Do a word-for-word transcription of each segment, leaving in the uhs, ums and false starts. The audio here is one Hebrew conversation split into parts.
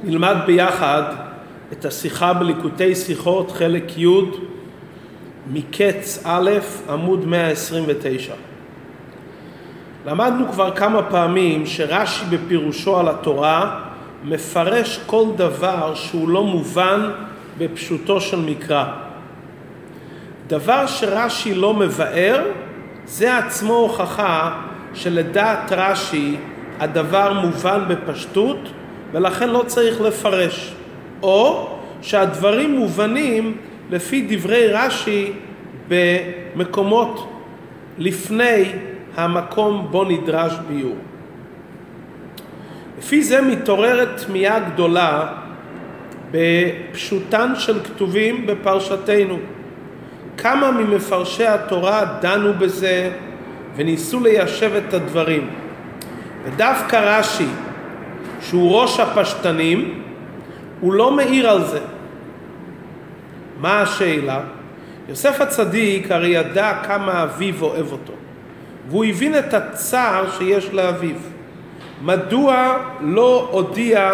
נלמד ביחד את השיחה בליקוטי שיחות חלק י' מקץ א' עמוד מאה עשרים ותשע. למדנו כבר כמה פעמים שרש"י בפירושו על התורה מפרש כל דבר שהוא לא מובן בפשוטו של מקרא. דבר שרש"י לא מבאר זה עצמו הוכחה שלדעת רש"י הדבר מובן בפשטות ולכן לא צריך לפרש, או שהדברים מובנים לפי דברי רש"י במקומות לפני המקום בו נדרש ביור. לפי זה מתעוררת תמיהה גדולה בפשוטן של כתובים בפרשתנו. כמה ממפרשי התורה דנו בזה וניסו ליישב את הדברים. ודווקא רש"י, שהוא ראש הפשטנים, הוא לא מעיר על זה. מה השאלה? יוסף הצדיק הרי ידע כמה אביו אוהב אותו, והוא הבין את הצער שיש לאביו. מדוע לא הודיע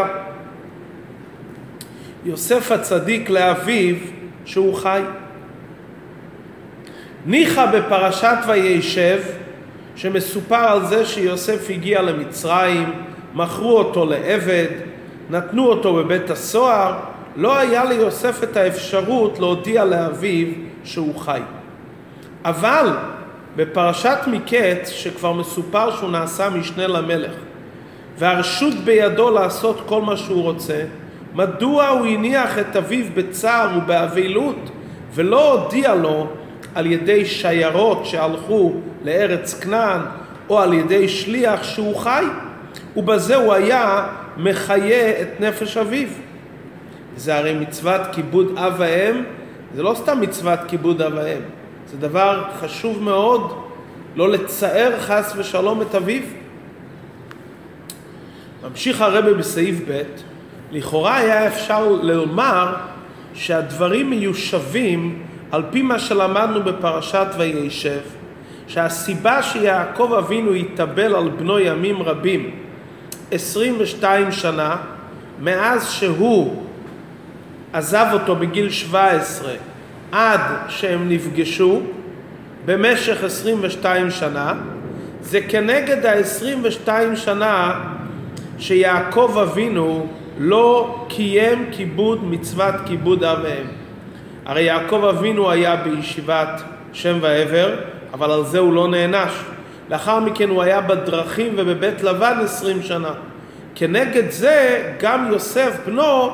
יוסף הצדיק לאביו שהוא חי? ניחא בפרשת וישב שמסופר על זה שיוסף הגיע למצרים, מכרו אותו לעבד, נתנו אותו בבית הסוהר, לא היה ליוסף את האפשרות להודיע לאביו שהוא חי. אבל בפרשת מקץ שכבר מסופר שהוא נעשה משנה למלך והרשות בידו לעשות כל מה שהוא רוצה, מדוע הוא הניח את אביו בצער ובאבלות ולא הודיע לו על ידי שיירות שהלכו לארץ כנען או על ידי שליח שהוא חי? ובזה הוא היה מחיה את נפש אביו. זה הרי מצוות כיבוד אב ואם, זה לא סתם מצוות כיבוד אב ואם, זה דבר חשוב מאוד, לא לצער חס ושלום את אביו. ממשיך הרבי בסעיף ב', לכאורה היה אפשר לומר שהדברים מיושבים על פי מה שלמדנו בפרשת וישב, שהסיבה שיעקב אבינו יתאבל על בנו ימים רבים, עשרים ושתיים שנה, מאז שהוא עזב אותו בגיל שבע עשרה עד שהם נפגשו במשך עשרים ושתיים שנה, זה כנגד ה-עשרים ושתיים שנה שיעקב אבינו לא קיים כיבוד מצוות כיבוד אב ואם. הרי יעקב אבינו היה בישיבת שם ועבר, אבל על זה הוא לא נענש. לאחר מכן הוא היה בדרכים ובבית לבן עשרים שנה. כנגד זה גם יוסף בנו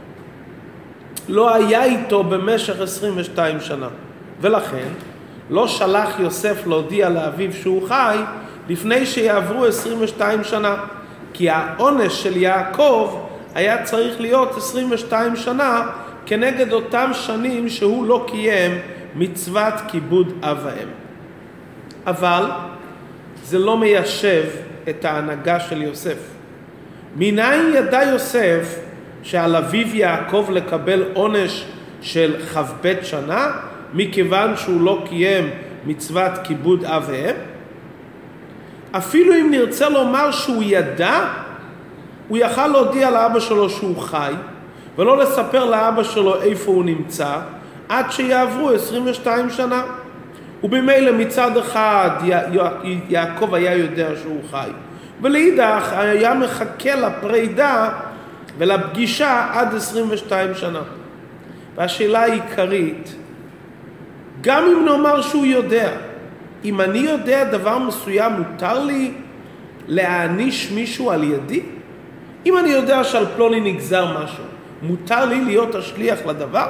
לא היה איתו במשך עשרים ושתיים שנה. ולכן לא שלח יוסף להודיע לאביו שהוא חי לפני שיעברו עשרים ושתיים שנה. כי העונש של יעקב היה צריך להיות עשרים ושתיים שנה כנגד אותם שנים שהוא לא קיים מצוות כיבוד אב ואם. אבל זה לא מיישב את ההנהגה של יוסף. מניין ידע יוסף שעל אביו יעקב לקבל עונש של ח"ב שנה מכיוון שהוא לא קיים מצוות כיבוד אב ואם? אפילו אם נרצה לומר שהוא ידע, הוא יכל להודיע לאבא שלו שהוא חי ולא לספר לאבא שלו איפה הוא נמצא עד שיעברו עשרים ושתיים שנה. ובמילא מצד אחד יעקב היה יודע שהוא חי, ולאידך היה מחכה לפרידה ולפגישה עד עשרים ושתיים שנה. והשאלה העיקרית, גם אם נאמר שהוא יודע, אם אני יודע דבר מסוים, מותר לי להעניש מישהו על ידי? אם אני יודע שעל פלוני נגזר משהו, מותר לי להיות השליח לדבר?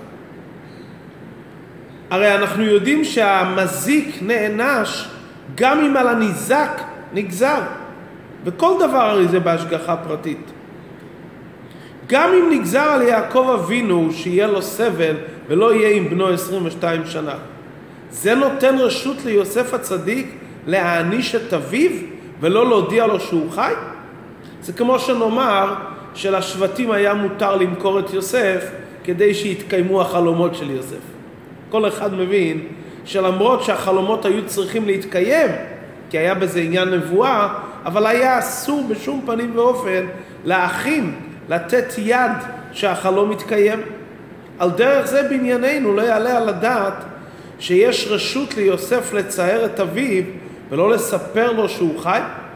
הרי אנחנו יודעים שהמזיק נענש גם אם על הניזק נגזר. וכל דבר הרי זה בהשגחה פרטית. גם אם נגזר על יעקב אבינו שיהיה לו סבל ולא יהיה עם בנו עשרים ושתיים שנה, זה נותן רשות ליוסף הצדיק להעניש את אביו ולא להודיע לו שהוא חי? זה כמו שנאמר שלשבטים היה מותר למכור את יוסף כדי שיתקיימו החלומות של יוסף. כל אחד מבין שלמרות שהחלומות היו צריכים להתקיים, כי היה בזה עניין נבואה, אבל היה אסור בשום פנים ואופן לאחים לתת יד שהחלום יתקיים. על דרך זה בענייננו לא יעלה על הדעת שיש רשות ליוסף לצייר את אביו ולא לספר לו שהוא חי.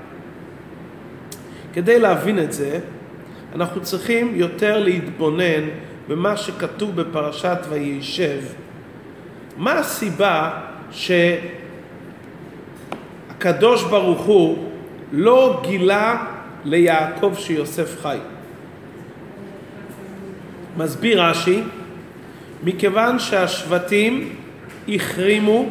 כדי להבין את זה, אנחנו צריכים יותר להתבונן במה שכתוב בפרשת וישב. מה הסיבה שהקדוש ברוך הוא לא גילה ליעקב שיוסף חי? מסביר רש"י, מכיוון שהשבטים החרימו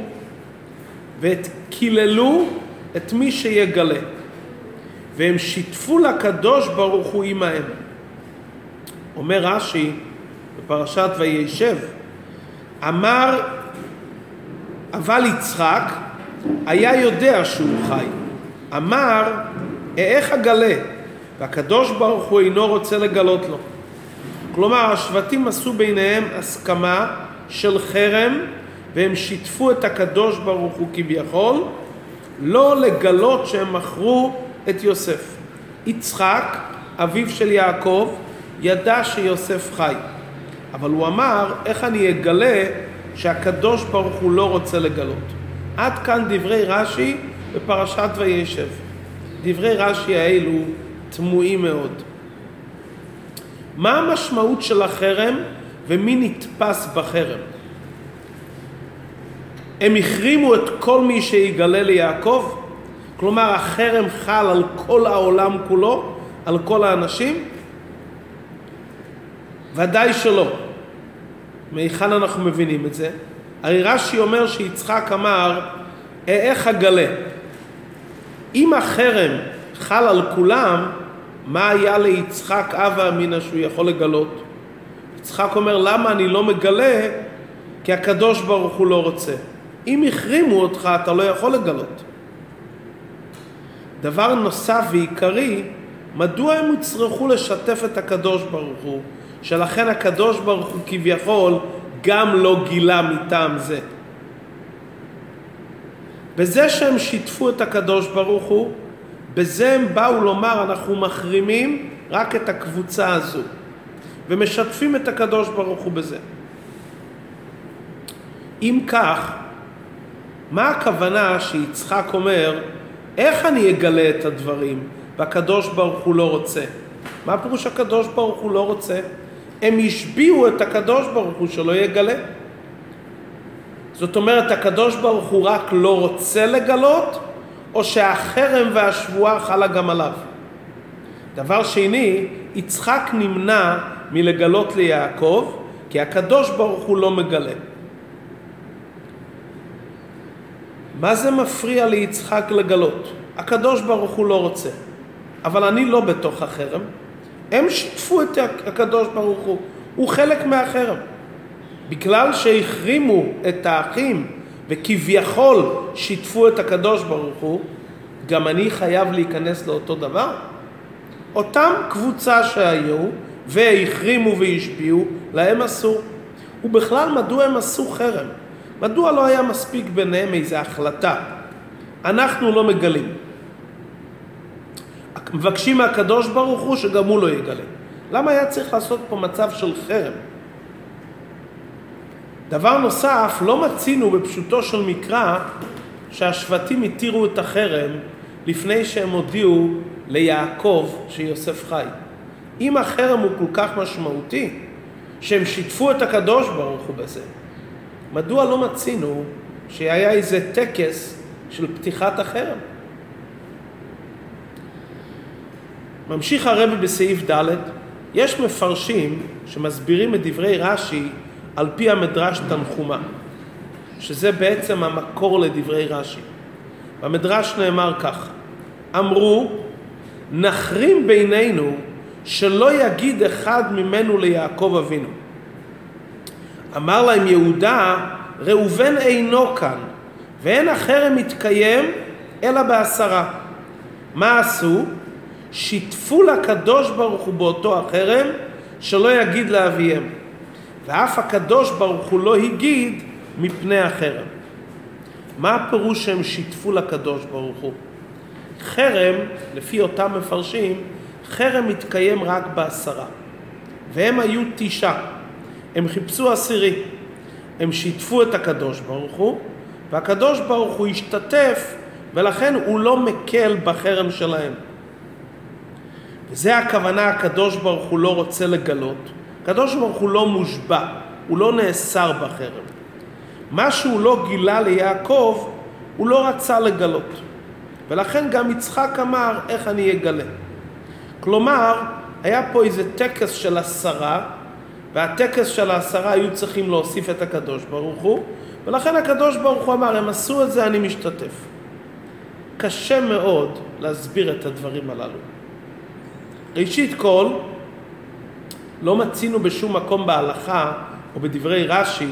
וקיללו את מי שיגלה, והם שיתפו לקדוש ברוך הוא עמהם. אומר רש"י בפרשת וישב, אמר אבל יצחק היה יודע שהוא חי, אמר איך אגלה, והקדוש ברוך הוא אינו רוצה לגלות לו. כלומר השבטים עשו ביניהם הסכמה של חרם, והם שיתפו את הקדוש ברוך הוא כביכול לא לגלות שהם מכרו את יוסף. יצחק אביו של יעקב ידע שיוסף חי, אבל הוא אמר איך אני אגלה שהקדוש ברוך הוא לא רוצה לגלות. עד כאן דברי רש"י בפרשת וישב. דברי רש"י האלו תמוהים מאוד. מה המשמעות של החרם ומי נתפס בחרם? הם החרימו את כל מי שיגלה ליעקב? כלומר החרם חל על כל העולם כולו, על כל האנשים? ודאי שלא. מהיכן אנחנו מבינים את זה? הרי רש"י אומר שיצחק אמר איך אגלה. אם החרם חל על כולם, מה היה ליצחק אבא אמינה שהוא יכול לגלות? יצחק אומר למה אני לא מגלה? כי הקדוש ברוך הוא לא רוצה. אם החרימו אותך אתה לא יכול לגלות. דבר נוסף ועיקרי, מדוע הם יצטרכו לשתף את הקדוש ברוך הוא, שלכן הקדוש ברוך הוא כביכול גם לא גילה מטעם זה. בזה שהם שיתפו את הקדוש ברוך הוא, בזה הם באו לומר אנחנו מחרימים רק את הקבוצה הזו, ומשתפים את הקדוש ברוך הוא בזה. אם כך, מה הכוונה שיצחק אומר איך אני אגלה את הדברים והקדוש ברוך הוא לא רוצה? מה פירוש הקדוש ברוך הוא לא רוצה? הם השביעו את הקדוש ברוך הוא שלא יגלה. זאת אומרת הקדוש ברוך הוא רק לא רוצה לגלות, או שהחרם והשבועה חלה גם עליו? דבר שני, יצחק נמנע מלגלות ליעקב כי הקדוש ברוך הוא לא מגלה. מה זה מפריע ליצחק לגלות? הקדוש ברוך הוא לא רוצה, אבל אני לא בתוך החרם. הם שיתפו את הקדוש ברוך הוא, הוא חלק מהחרם. בגלל שהחרימו את האחים וכביכול שיתפו את הקדוש ברוך הוא, גם אני חייב להיכנס לאותו דבר? אותם קבוצה שהיו והחרימו והשפיעו, להם אסור. ובכלל מדוע הם עשו חרם? מדוע לא היה מספיק ביניהם איזו החלטה? אנחנו לא מגלים. מבקשים מהקדוש ברוך הוא שגם הוא לא יגלה. למה היה צריך לעשות פה מצב של חרם? דבר נוסף, לא מצינו בפשוטו של מקרא שהשבטים התירו את החרם לפני שהם הודיעו ליעקב שיוסף חי. אם החרם הוא כל כך משמעותי שהם שיתפו את הקדוש ברוך הוא בזה, מדוע לא מצינו שהיה איזה טקס של פתיחת החרם? ממשיך הרב בסעיף ד', יש מפרשים שמסבירים את דברי רש"י על פי המדרש תנחומה, שזה בעצם המקור לדברי רש"י. במדרש נאמר כך, אמרו נחרים בינינו שלא יגיד אחד ממנו ליעקב אבינו. אמר להם יהודה ראובן אינו כאן, ואין החרם מתקיים אלא בעשרה. מה עשו? שיתפו לקדוש ברוך הוא באותו החרם שלא יגיד לאביהם, ואף הקדוש ברוך הוא לא הגיד מפני החרם. מה הפירוש שהם שיתפו לקדוש ברוך הוא? חרם, לפי אותם מפרשים, חרם מתקיים רק בעשרה, והם היו תשעה. הם חיפשו עשירי, הם שיתפו את הקדוש ברוך הוא, והקדוש ברוך הוא השתתף, ולכן הוא לא מקל בחרם שלהם. וזה הכוונה, הקדוש ברוך הוא לא רוצה לגלות. הקדוש ברוך הוא לא מושבע, הוא לא נאסר בחרם. מה שהוא לא גילה ליעקב, הוא לא רצה לגלות. ולכן גם יצחק אמר, איך אני אגלה? כלומר, היה פה איזה טקס של עשרה, והטקס של העשרה היו צריכים להוסיף את הקדוש ברוך הוא, ולכן הקדוש ברוך הוא אמר, הם עשו את זה, אני משתתף. קשה מאוד להסביר את הדברים הללו. ראשית כל, לא מצינו בשום מקום בהלכה, או בדברי רש"י,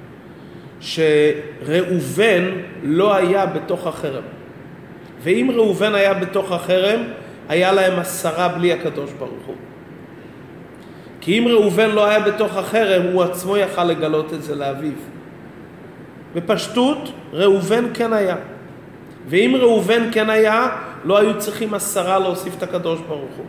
שראובן לא היה בתוך החרם. ואם ראובן היה בתוך החרם, היה להם עשרה בלי הקדוש ברוך הוא. כי אם ראובן לא היה בתוך החרם, הוא עצמו יכל לגלות את זה לאביו. בפשטות, ראובן כן היה. ואם ראובן כן היה, לא היו צריכים עשרה להוסיף את הקדוש ברוך הוא.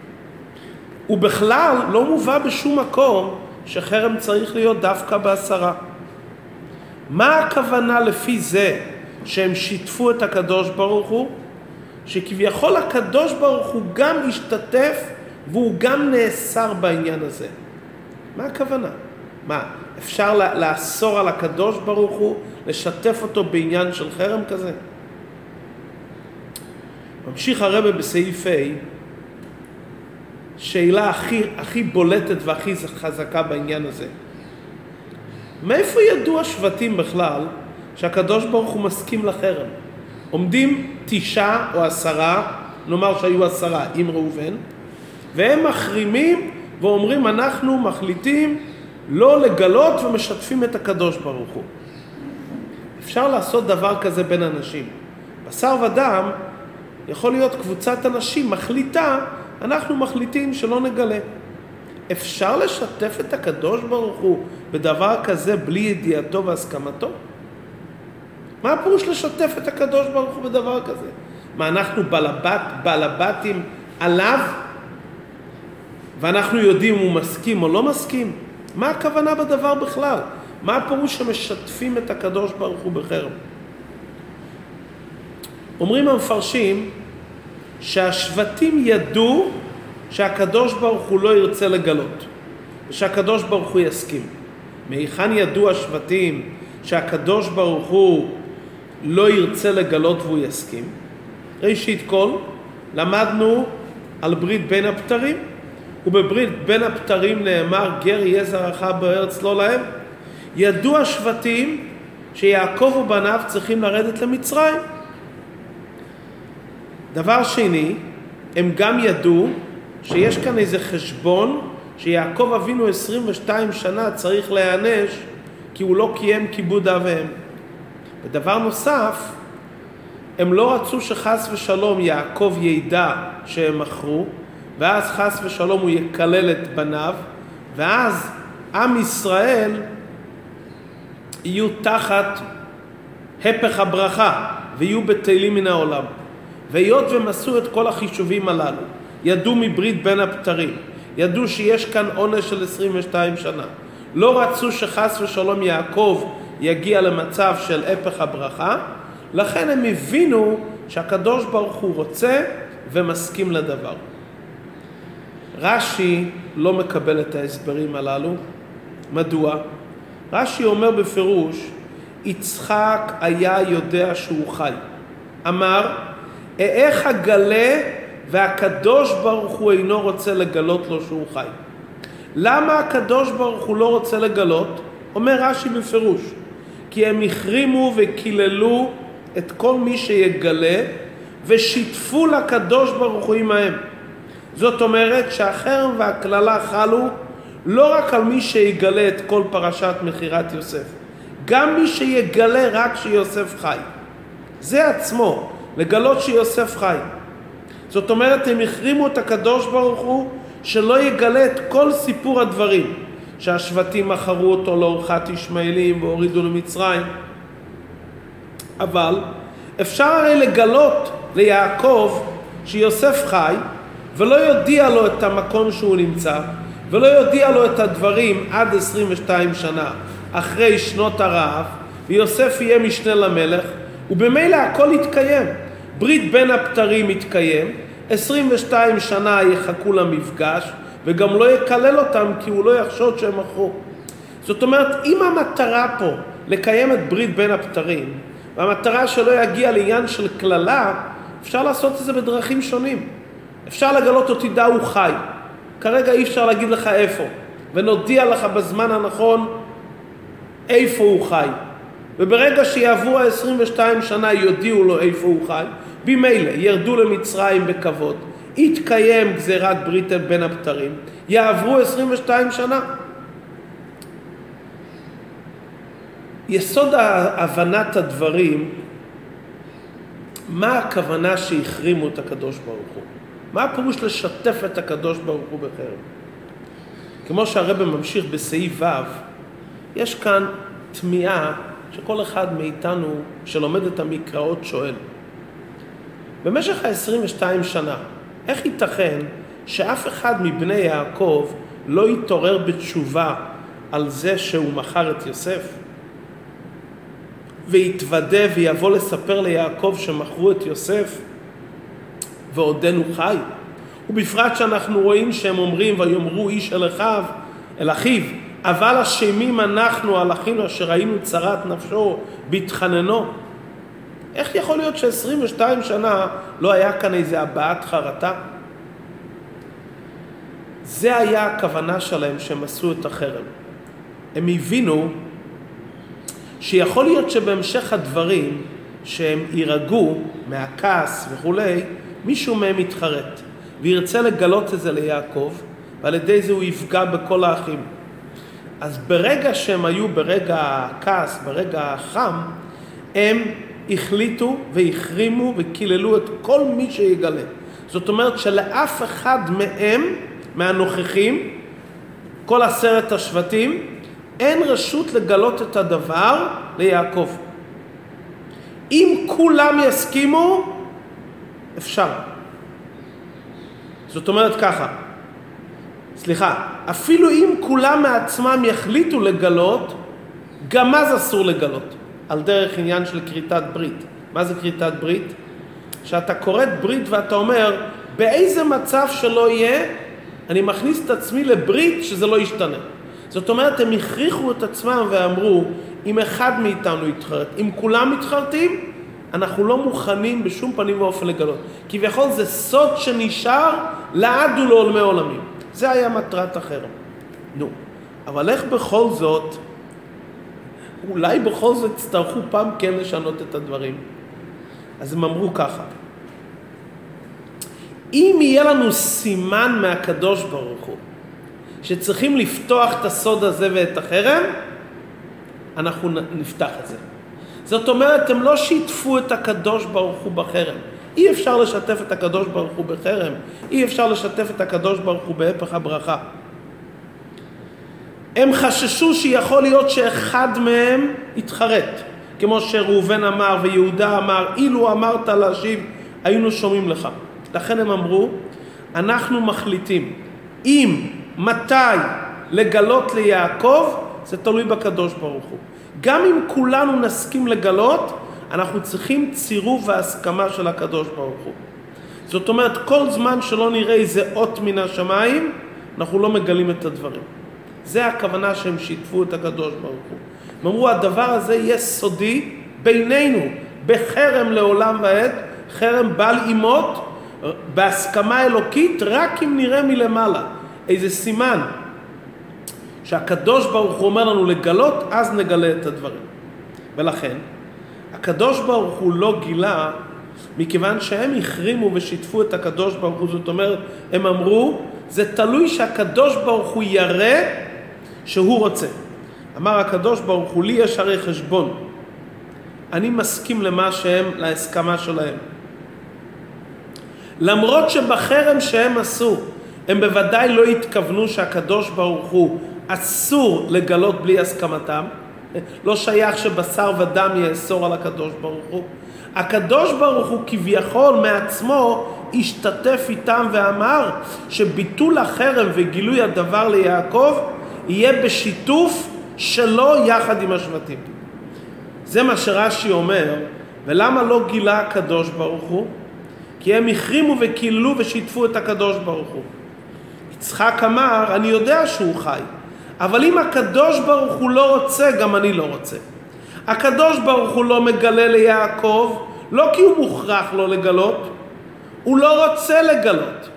ובכלל לא מובא בשום מקום שחרם צריך להיות דווקא בעשרה. מה הכוונה לפי זה שהם שיתפו את הקדוש ברוך הוא? שכביכול הקדוש ברוך הוא גם השתתף והוא גם נאסר בעניין הזה. מה הכוונה? מה, אפשר לאסור על הקדוש ברוך הוא, לשתף אותו בעניין של חרם כזה? ממשיך הרב בסעיף A, שאלה הכי, הכי בולטת והכי חזקה בעניין הזה. מאיפה ידעו השבטים בכלל שהקדוש ברוך הוא מסכים לחרם? עומדים תשעה או עשרה, נאמר שהיו עשרה עם ראובן, והם מחרימים ואומרים אנחנו מחליטים לא לגלות ומשתפים את הקדוש ברוך הוא. אפשר לעשות דבר כזה בין אנשים. בשר ודם יכול להיות קבוצת אנשים מחליטה, אנחנו מחליטים שלא נגלה. אפשר לשתף את הקדוש ברוך הוא בדבר כזה בלי ידיעתו והסכמתו? מה הפירוש לשתף את הקדוש ברוך הוא בדבר כזה? מה, אנחנו בלבת, בלבטים עליו ואנחנו יודעים אם הוא מסכים או לא מסכים? מה הכוונה בדבר בכלל? מה הפירוש שמשתפים את הקדוש ברוך הוא בחרם? אומרים המפרשים שהשבטים ידעו שהקדוש ברוך הוא לא ירצה לגלות ושהקדוש ברוך הוא יסכים. מהיכן ידעו השבטים שהקדוש ברוך הוא לא ירצה לגלות והוא יסכים? ראשית כל, למדנו על ברית בין הבתרים, ובברית בין הבתרים נאמר גר יהיה זרעך בארץ לא להם. ידעו השבטים שיעקב ובניו צריכים לרדת למצרים. דבר שני, הם גם ידעו שיש כאן איזה חשבון שיעקב אבינו עשרים ושתיים שנה צריך להיענש כי הוא לא קיים כיבוד אביהם. ודבר נוסף, הם לא רצו שחס ושלום יעקב ידע שהם מכרו, ואז חס ושלום הוא יקלל את בניו, ואז עם ישראל יהיו תחת הפך הברכה ויהיו בטלים מן העולם. והיות והם עשו את כל החישובים הללו, ידעו מברית בין הבתרים, ידעו שיש כאן עונש של עשרים ושתיים שנה, לא רצו שחס ושלום יעקב יגיע למצב של הפך הברכה, לכן הם הבינו שהקדוש ברוך הוא רוצה ומסכים לדבר. רש"י לא מקבל את ההסברים הללו. מדוע? רש"י אומר בפירוש, יצחק היה יודע שהוא חי. אמר, איך אגלה והקדוש ברוך הוא אינו רוצה לגלות לו שהוא חי? למה הקדוש ברוך הוא לא רוצה לגלות? אומר רש"י בפירוש, כי הם החרימו וקיללו את כל מי שיגלה ושיתפו לקדוש ברוך הוא עמהם. זאת אומרת שהחרם והכללה חלו לא רק על מי שיגלה את כל פרשת מחירת יוסף, גם מי שיגלה רק שיוסף חי. זה עצמו, לגלות שיוסף חי. זאת אומרת, הם החרימו את הקדוש ברוך הוא שלא יגלה את כל סיפור הדברים, שהשבטים מכרו אותו לאורחת ישמעאלים והורידו למצרים. אבל אפשר הרי לגלות ליעקב שיוסף חי, ולא יודיע לו את המקום שהוא נמצא, ולא יודיע לו את הדברים עד עשרים ושתיים שנה אחרי שנות הרעב, ויוסף יהיה משנה למלך, ובמילא הכל יתקיים. ברית בין הבתרים יתקיים, עשרים ושתיים שנה יחכו למפגש, וגם לא יקלל אותם כי הוא לא יחשוד שהם אחרו. זאת אומרת, אם המטרה פה לקיים את ברית בין הבתרים, והמטרה שלא יגיע לעניין של כללה, אפשר לעשות את זה בדרכים שונים. אפשר לגלות אותי דע הוא חי. כרגע אי אפשר להגיד לך איפה, ונודיע לך בזמן הנכון איפה הוא חי. וברגע שיעברו ה-עשרים ושתיים שנה יודיעו לו איפה הוא חי, במילא ירדו למצרים בכבוד, יתקיים גזירת ברית בין הבתרים, יעברו עשרים ושתיים שנה. יסוד הבנת הדברים, מה הכוונה שהחרימו את הקדוש ברוך הוא? מה הפירוש לשתף את הקדוש ברוך הוא בחרם? כמו שהרבא ממשיך בסעיף ו', יש כאן תמיהה שכל אחד מאיתנו שלומד את המקראות שואל. במשך ה-עשרים ושתיים שנה, איך ייתכן שאף אחד מבני יעקב לא יתעורר בתשובה על זה שהוא מכר את יוסף? ויתוודה ויבוא לספר ליעקב שמכרו את יוסף ועודנו חי? ובפרט שאנחנו רואים שהם אומרים ויאמרו איש אל אחיו, אל אחיו, אבל אשמים אנחנו על אחינו אשר ראינו צרת נפשו בהתחננו. איך יכול להיות ש-עשרים ושתיים שנה לא היה כאן איזה הבעת חרטה? זה היה הכוונה שלהם שהם עשו את החרם. הם הבינו שיכול להיות שבהמשך הדברים שהם יירגעו מהכעס וכולי, מישהו מהם יתחרט וירצה לגלות את זה ליעקב, ועל ידי זה הוא יפגע בכל האחים. אז ברגע שהם היו ברגע הכעס, ברגע החם, הם החליטו והחרימו וקיללו את כל מי שיגלה. זאת אומרת שלאף אחד מהם, מהנוכחים, כל עשרת השבטים, אין רשות לגלות את הדבר ליעקב. אם כולם יסכימו, אפשר. זאת אומרת ככה, סליחה, אפילו אם כולם מעצמם יחליטו לגלות, גם אז אסור לגלות, על דרך עניין של כריתת ברית. מה זה כריתת ברית? שאתה קוראת ברית ואתה אומר, באיזה מצב שלא יהיה, אני מכניס את עצמי לברית שזה לא ישתנה. זאת אומרת, הם הכריחו את עצמם ואמרו, אם אחד מאיתנו יתחרט, אם כולם מתחרטים, אנחנו לא מוכנים בשום פנים ואופן לגלות. כביכול זה סוד שנשאר לעד ולעולמי עולמים. זה היה מטרת החרם. נו, אבל איך בכל זאת, אולי בכל זאת הצטרכו פעם כן לשנות את הדברים. אז הם אמרו ככה, אם יהיה לנו סימן מהקדוש ברוך הוא, שצריכים לפתוח את הסוד הזה ואת החרם, אנחנו נפתח את זה. זאת אומרת, הם לא שיתפו את הקדוש ברוך הוא בחרם. אי אפשר לשתף את הקדוש ברוך הוא בחרם. אי אפשר לשתף את הקדוש ברוך הוא בהפך הברכה. הם חששו שיכול להיות שאחד מהם יתחרט. כמו שראובן אמר ויהודה אמר, אילו אמרת להשיב, היינו שומעים לך. לכן הם אמרו, אנחנו מחליטים, אם, מתי לגלות ליעקב, זה תלוי בקדוש ברוך הוא. גם אם כולנו נסכים לגלות, אנחנו צריכים צירוף והסכמה של הקדוש ברוך הוא. זאת אומרת, כל זמן שלא נראה איזה אות מן השמיים, אנחנו לא מגלים את הדברים. זה הכוונה שהם שיתפו את הקדוש ברוך הוא. הם אמרו, הדבר הזה יהיה סודי בינינו, בחרם לעולם ועד, חרם בעל אימות, בהסכמה אלוקית, רק אם נראה מלמעלה. איזה סימן שהקדוש ברוך הוא אומר לנו לגלות, אז נגלה את הדברים. ולכן, הקדוש ברוך הוא לא גילה, מכיוון שהם החרימו ושיתפו את הקדוש ברוך הוא. זאת אומרת, הם אמרו, זה תלוי שהקדוש ברוך הוא יראה שהוא רוצה. אמר הקדוש ברוך הוא, לי יש הרי חשבון. אני מסכים למה שהם, להסכמה שלהם. למרות שבחרם שהם עשו, הם בוודאי לא התכוונו שהקדוש ברוך הוא אסור לגלות בלי הסכמתם. לא שייך שבשר ודם יאסור על הקדוש ברוך הוא. הקדוש ברוך הוא כביכול מעצמו השתתף איתם ואמר שביטול החרם וגילוי הדבר ליעקב יהיה בשיתוף שלו יחד עם השבטים. זה מה שרש"י אומר. ולמה לא גילה הקדוש ברוך הוא? כי הם החרימו וקילו ושיתפו את הקדוש ברוך הוא. יצחק אמר, אני יודע שהוא חי, אבל אם הקדוש ברוך הוא לא רוצה, גם אני לא רוצה. הקדוש ברוך הוא לא מגלה ליעקב, לא כי הוא מוכרח לא לגלות, הוא לא רוצה לגלות.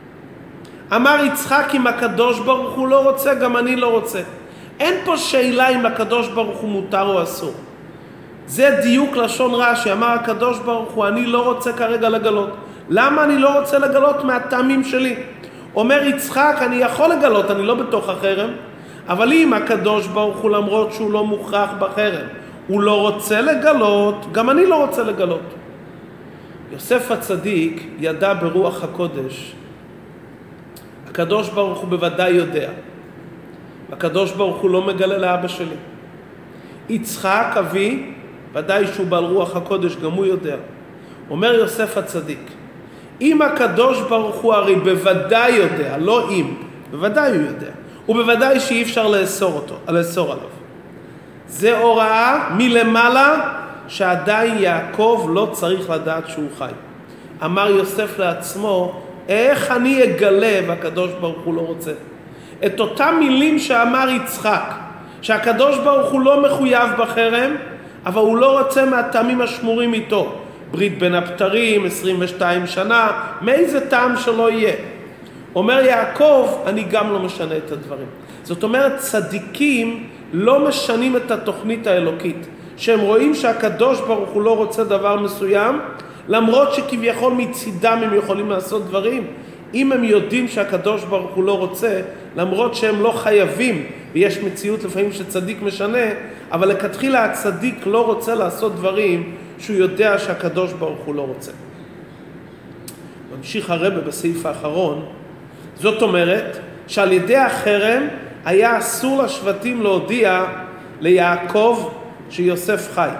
אמר יצחק, אם הקדוש ברוך הוא לא רוצה, גם אני לא רוצה. אין פה שאלה אם הקדוש ברוך הוא מותר או אסור. זה דיוק לשון רש"י. אמר הקדוש ברוך הוא, אני לא רוצה כרגע לגלות. למה אני לא רוצה לגלות? מהטעמים שלי. אומר יצחק, אני יכול לגלות, אני לא בתוך החרם, אבל אם הקדוש ברוך הוא למרות שהוא לא מוכרח בחרם, הוא לא רוצה לגלות, גם אני לא רוצה לגלות. יוסף הצדיק ידע ברוח הקודש, הקדוש ברוך הוא בוודאי יודע, הקדוש ברוך הוא לא מגלה לאבא שלי. יצחק אבי, ודאי שהוא בעל רוח הקודש, גם הוא יודע. אומר יוסף הצדיק, אם הקדוש ברוך הוא הרי בוודאי יודע, לא אם, בוודאי הוא יודע, ובוודאי שאי אפשר לאסור אותו, לאסור עליו. זה הוראה מלמעלה שעדיין יעקב לא צריך לדעת שהוא חי. אמר יוסף לעצמו, איך אני אגלה והקדוש ברוך הוא לא רוצה? את אותם מילים שאמר יצחק, שהקדוש ברוך הוא לא מחויב בחרם, אבל הוא לא רוצה מהטעמים השמורים איתו. ברית בין הבתרים, עשרים ושתיים שנה, מאיזה טעם שלא יהיה. אומר יעקב, אני גם לא משנה את הדברים. זאת אומרת, צדיקים לא משנים את התוכנית האלוקית. שהם רואים שהקדוש ברוך הוא לא רוצה דבר מסוים, למרות שכביכול מצידם הם יכולים לעשות דברים. אם הם יודעים שהקדוש ברוך הוא לא רוצה, למרות שהם לא חייבים, ויש מציאות לפעמים שצדיק משנה, אבל לכתחילה הצדיק לא רוצה לעשות דברים שהוא יודע שהקדוש ברוך הוא לא רוצה. ממשיך הרב בסעיף האחרון, זאת אומרת שעל ידי החרם היה אסור לשבטים להודיע ליעקב שיוסף חי.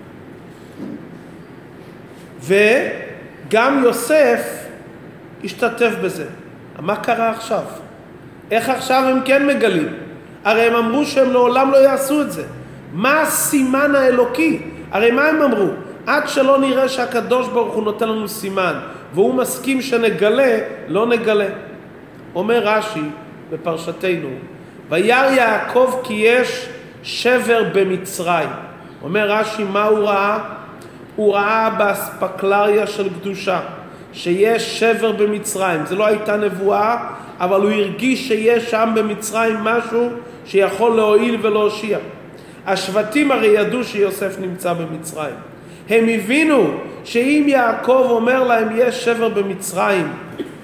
וגם יוסף השתתף בזה. מה קרה עכשיו? איך עכשיו הם כן מגלים? הרי הם אמרו שהם לעולם לא יעשו את זה. מה הסימן האלוקי? הרי מה הם אמרו? עד שלא נראה שהקדוש ברוך הוא נותן לנו סימן, והוא מסכים שנגלה, לא נגלה. אומר רש"י בפרשתנו, וירא יעקב כי יש שבר במצרים. אומר רש"י, מה הוא ראה? הוא ראה באספקלריה של קדושה, שיש שבר במצרים. זה לא הייתה נבואה, אבל הוא הרגיש שיש שם במצרים משהו שיכול להועיל ולהושיע. השבטים הרי ידעו שיוסף נמצא במצרים. הם הבינו שאם יעקב אומר להם יש שבר במצרים,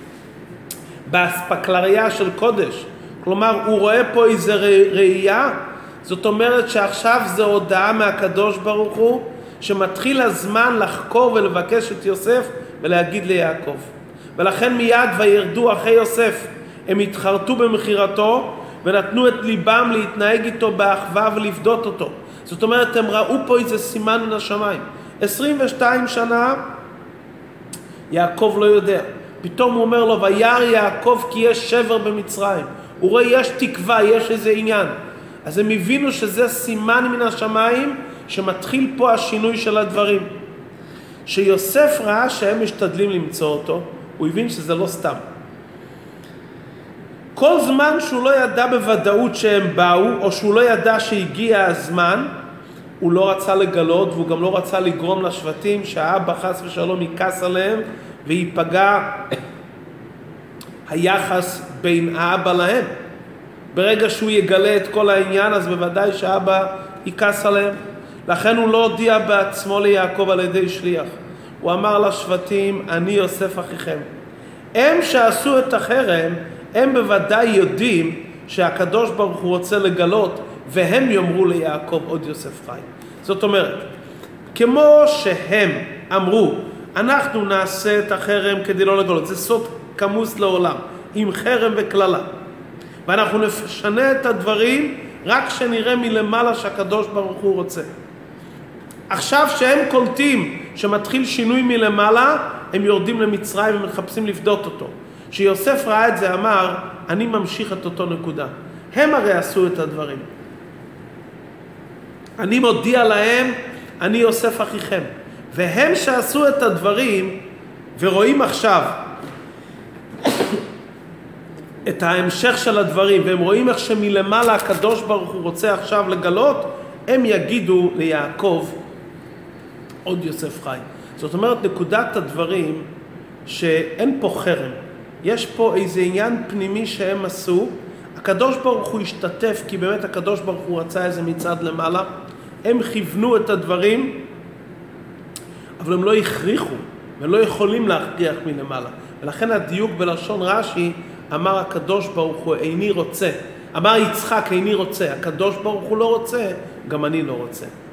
באספקלריה של קודש, כלומר הוא רואה פה איזה ראייה, זאת אומרת שעכשיו זה הודעה מהקדוש ברוך הוא, שמתחיל הזמן לחקור ולבקש את יוסף ולהגיד ליעקב. ולכן מיד וירדו אחרי יוסף, הם התחרטו במחירתו ונתנו את ליבם להתנהג איתו באחווה ולפדות אותו. זאת אומרת, הם ראו פה איזה סימן מן השמיים. עשרים ושתיים שנה יעקב לא יודע. פתאום הוא אומר לו, וירא יעקב כי יש שבר במצרים. הוא רואה יש תקווה, יש איזה עניין. אז הם הבינו שזה סימן מן השמיים שמתחיל פה השינוי של הדברים. שיוסף ראה שהם משתדלים למצוא אותו, הוא הבין שזה לא סתם. כל זמן שהוא לא ידע בוודאות שהם באו, או שהוא לא ידע שהגיע הזמן, הוא לא רצה לגלות, והוא גם לא רצה לגרום לשבטים שהאבא חס ושלום יכעס עליהם, ויפגע היחס בין האבא להם. ברגע שהוא יגלה את כל העניין, אז בוודאי שהאבא יכעס עליהם. לכן הוא לא הודיע בעצמו ליעקב על ידי שליח. הוא אמר לשבטים, אני יוסף אחיכם. הם שעשו את החרם, הם בוודאי יודעים שהקדוש ברוך הוא רוצה לגלות, והם יאמרו ליעקב עוד יוסף חי. זאת אומרת, כמו שהם אמרו, אנחנו נעשה את החרם כדי לא לגלות, זה סוד כמוס לעולם, עם חרם וכללה. ואנחנו נשנה את הדברים רק שנראה מלמעלה שהקדוש ברוך הוא רוצה. עכשיו שהם קולטים שמתחיל שינוי מלמעלה, הם יורדים למצרים ומחפשים לפדות אותו. כשיוסף ראה את זה אמר, אני ממשיך את אותו נקודה. הם הרי עשו את הדברים. אני מודיע להם, אני יוסף אחיכם. והם שעשו את הדברים, ורואים עכשיו את ההמשך של הדברים, והם רואים איך שמלמעלה הקדוש ברוך הוא רוצה עכשיו לגלות, הם יגידו ליעקב, עוד יוסף חי. זאת אומרת, נקודת הדברים שאין פה חרם. יש פה איזה עניין פנימי שהם עשו, הקדוש ברוך הוא השתתף, כי באמת הקדוש ברוך הוא רצה איזה מצד למעלה, הם כיוונו את הדברים, אבל הם לא הכריחו, ולא יכולים להכריח מלמעלה. ולכן הדיוק בלשון רש"י, אמר הקדוש ברוך הוא, איני רוצה. אמר יצחק, איני רוצה. הקדוש ברוך הוא לא רוצה, גם אני לא רוצה.